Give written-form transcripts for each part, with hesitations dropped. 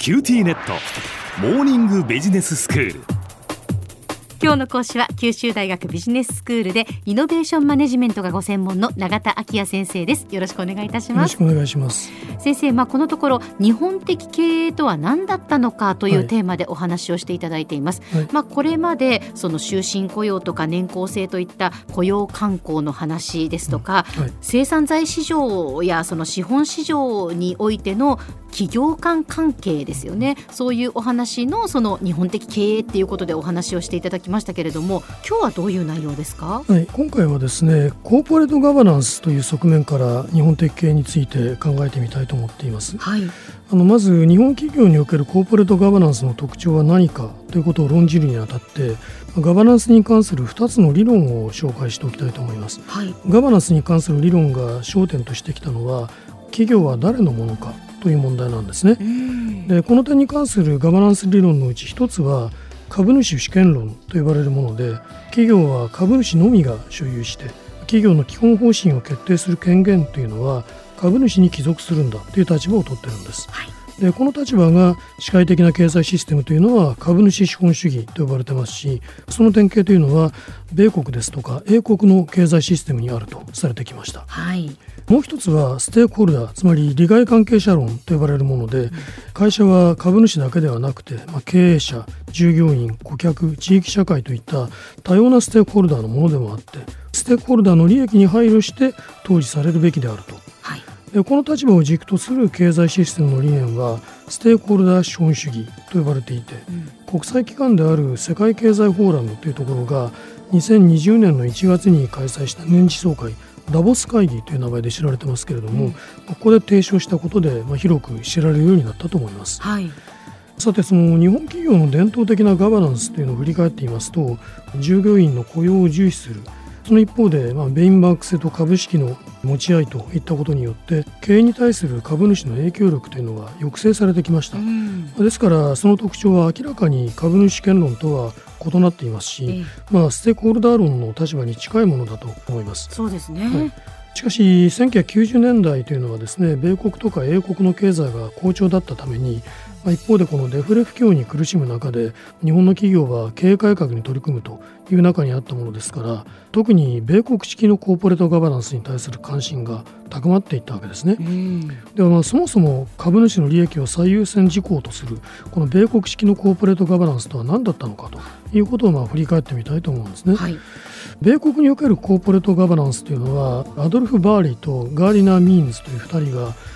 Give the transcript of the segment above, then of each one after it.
キューティーネットモーニングビジネススクール。 今日の講師は九州大学ビジネススクールでイノベーションマネジメントがご専門の永田昭也先生です。よろしくお願いいたします。 よろしくお願いします。 先生、このところ日本的経営とは何だったのかというテーマでお話をしていただいています、これまでその終身雇用とか年功制といった雇用慣行の話ですとか、生産財市場やその資本市場においての企業間関係ですよね。そういうお話のその日本的経営っていうことでお話をしていただきましたけれども、今日はどういう内容ですか？ 今回はですね、コーポレートガバナンスという側面から日本的経営について考えてみたいと思っています、まず日本企業におけるコーポレートガバナンスの特徴は何かということを論じるにあたって、ガバナンスに関する2つの理論を紹介しておきたいと思います、ガバナンスに関する理論が焦点としてきたのは、企業は誰のものかという問題なんですね。でこの点に関するガバナンス理論のうち一つは株主主権論と呼ばれるもので、企業は株主のみが所有して企業の基本方針を決定する権限というのは株主に帰属するんだという立場を取っているんです、でこの立場が主体的な経済システムというのは株主資本主義と呼ばれてますし、その典型というのは米国ですとか英国の経済システムにあるとされてきました、もう一つはステークホルダー、つまり利害関係者論と呼ばれるもので、会社は株主だけではなくて、経営者、従業員、顧客、地域社会といった多様なステークホルダーのものでもあって、ステークホルダーの利益に配慮して統治されるべきであると、でこの立場を軸とする経済システムの理念はステークホルダー資本主義と呼ばれていて、国際機関である世界経済フォーラムというところが2020年の1月に開催した年次総会ダボス会議という名前で知られてますけれども、ここで提唱したことで、広く知られるようになったと思います、さて、その日本企業の伝統的なガバナンスというのを振り返っていますと、従業員の雇用を重視する、その一方で、ベインバーク制と株式の持ち合いといったことによって経営に対する株主の影響力というのが抑制されてきました、ですからその特徴は明らかに株主権論とは異なっていますし、ステークホルダー論の立場に近いものだと思います。 そうですね、 しかし1990年代というのはですね、米国とか英国の経済が好調だったために、一方でこのデフレ不況に苦しむ中で日本の企業は経営改革に取り組むという中にあったものですから、特に米国式のコーポレートガバナンスに対する関心が高まっていったわけですね。ではそもそも株主の利益を最優先事項とするこの米国式のコーポレートガバナンスとは何だったのかということを振り返ってみたいと思うんですね。米国におけるコーポレートガバナンスというのはアドルフ・バーリーとガーディナー・ミーンズという2人が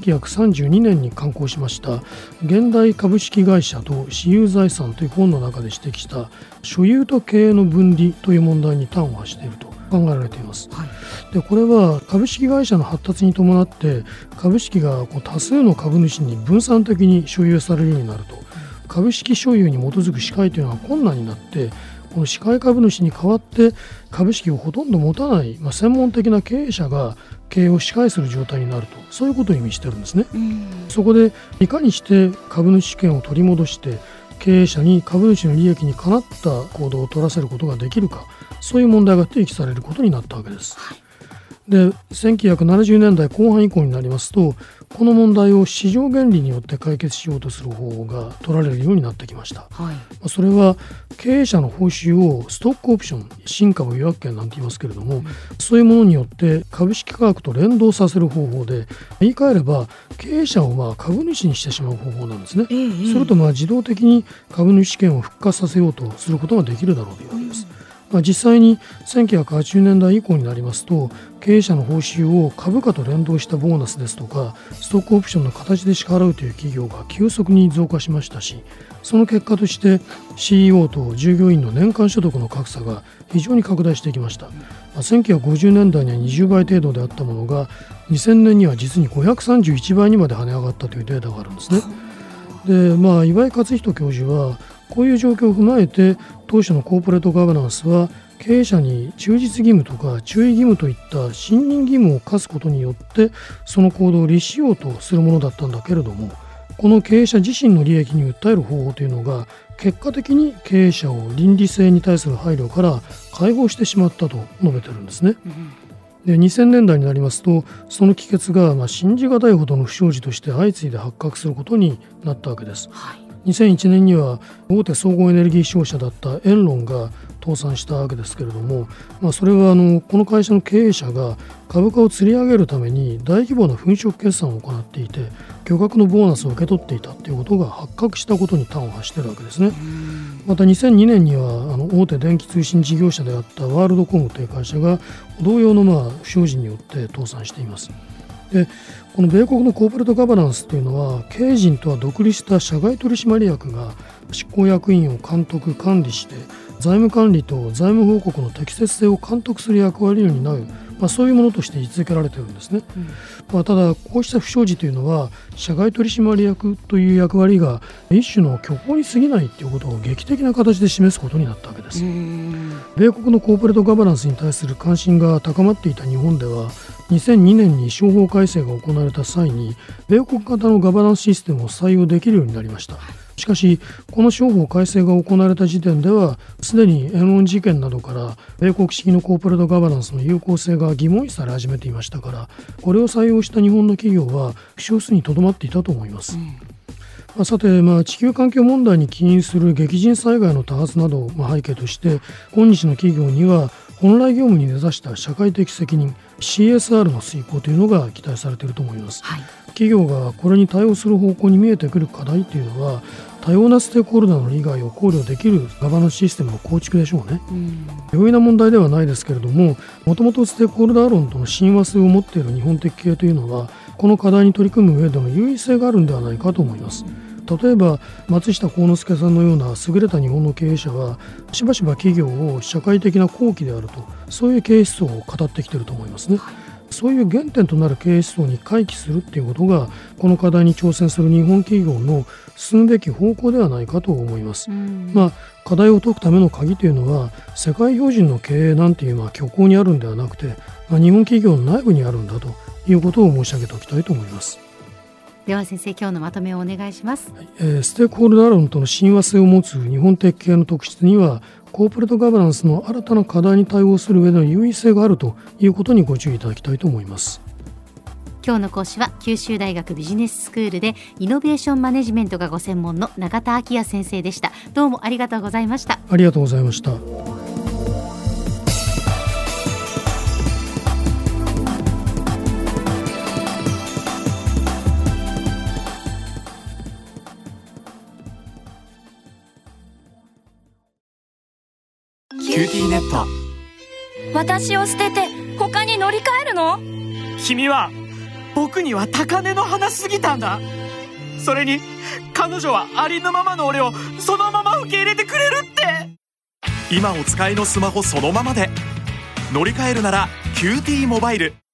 1932年に刊行しました現代株式会社と私有財産という本の中で指摘した所有と経営の分離という問題に端を発していると考えられています、でこれは株式会社の発達に伴って株式が多数の株主に分散的に所有されるようになると、株式所有に基づく司会というのが困難になって、この司会株主に代わって株式をほとんど持たない、専門的な経営者が経営を支配する状態になると、そういうことを意味しているんですね。そこでいかにして株主権を取り戻して経営者に株主の利益にかなった行動を取らせることができるか、そういう問題が提起されることになったわけです。で1970年代後半以降になりますと、この問題を市場原理によって解決しようとする方法が取られるようになってきました、それは経営者の報酬をストックオプション、新株予約権なんて言いますけれども、そういうものによって株式価格と連動させる方法で、言い換えれば経営者を株主にしてしまう方法なんですね。それと自動的に株主権を復活させようとすることができるだろうというわけです。実際に1980年代以降になりますと、経営者の報酬を株価と連動したボーナスですとかストックオプションの形で支払うという企業が急速に増加しましたし、その結果として CEO と従業員の年間所得の格差が非常に拡大してきました。1950年代には20倍程度であったものが2000年には実に531倍にまで跳ね上がったというデータがあるんですね。で、岩井勝人教授はこういう状況を踏まえて、当初のコーポレートガバナンスは経営者に忠実義務とか注意義務といった信任義務を課すことによってその行動を律しようとするものだったんだけれども、この経営者自身の利益に訴える方法というのが結果的に経営者を倫理性に対する配慮から解放してしまったと述べているんですね。 で2000年代になりますとその帰結が信じがたいほどの不祥事として相次いで発覚することになったわけです。2001年には大手総合エネルギー商社だったエンロンが倒産したわけですけれども、それはこの会社の経営者が株価を釣り上げるために大規模な粉飾決算を行っていて巨額のボーナスを受け取っていたということが発覚したことに端を発しているわけですね。また2002年には大手電気通信事業者であったワールドコムという会社が同様の不祥事によって倒産しています。でこの米国のコーポレートガバナンスというのは経営陣とは独立した社外取締役が執行役員を監督管理して財務管理と財務報告の適切性を監督する役割を担う、そういうものとして位置づけられているんですね。ただこうした不祥事というのは社外取締役という役割が一種の虚構に過ぎないということを劇的な形で示すことになったわけです。米国のコーポレートガバナンスに対する関心が高まっていた日本では2002年に商法改正が行われた際に米国型のガバナンスシステムを採用できるようになりました。しかしこの商法改正が行われた時点ではすでにエンロン事件などから米国式のコーポレートガバナンスの有効性が疑問視され始めていましたから、これを採用した日本の企業は少数にとどまっていたと思います。さて、地球環境問題に起因する激甚災害の多発などを背景として今日の企業には本来業務に根ざした社会的責任 CSR の遂行というのが期待されていると思います。企業がこれに対応する方向に見えてくる課題というのは多様なステークホルダーの利害を考慮できるガバナンスシステムの構築でしょうね。容易な問題ではないですけれども、もともとステークホルダー論との親和性を持っている日本的経営というのはこの課題に取り組む上での優位性があるんではないかと思います。例えば松下幸之助さんのような優れた日本の経営者はしばしば企業を社会的な好機であると、そういう経営思想を語ってきていると思いますね。そういう原点となる経営思想に回帰するということがこの課題に挑戦する日本企業の進むべき方向ではないかと思います。課題を解くための鍵というのは世界標準の経営なんていう虚構にあるんではなくて、日本企業の内部にあるんだということを申し上げておきたいと思います。 では先生、今日のまとめをお願いします。 ステークホルダー論との親和性を持つ日本的経営の特質にはコーポレートガバナンスの新たな課題に対応する上での優位性があるということにご注意いただきたいと思います。 今日の講師は九州大学ビジネススクールでイノベーションマネジメントがご専門の永田昭也先生でした。どうもありがとうございました。 ありがとうございました。 キューティーネット。 私を捨てて他に乗り換えるの？ 君は僕には高嶺の花すぎたんだ。それに彼女はありのままの俺をそのまま受け入れてくれるって。今お使いのスマホそのままで乗り換えるならキューティーモバイル。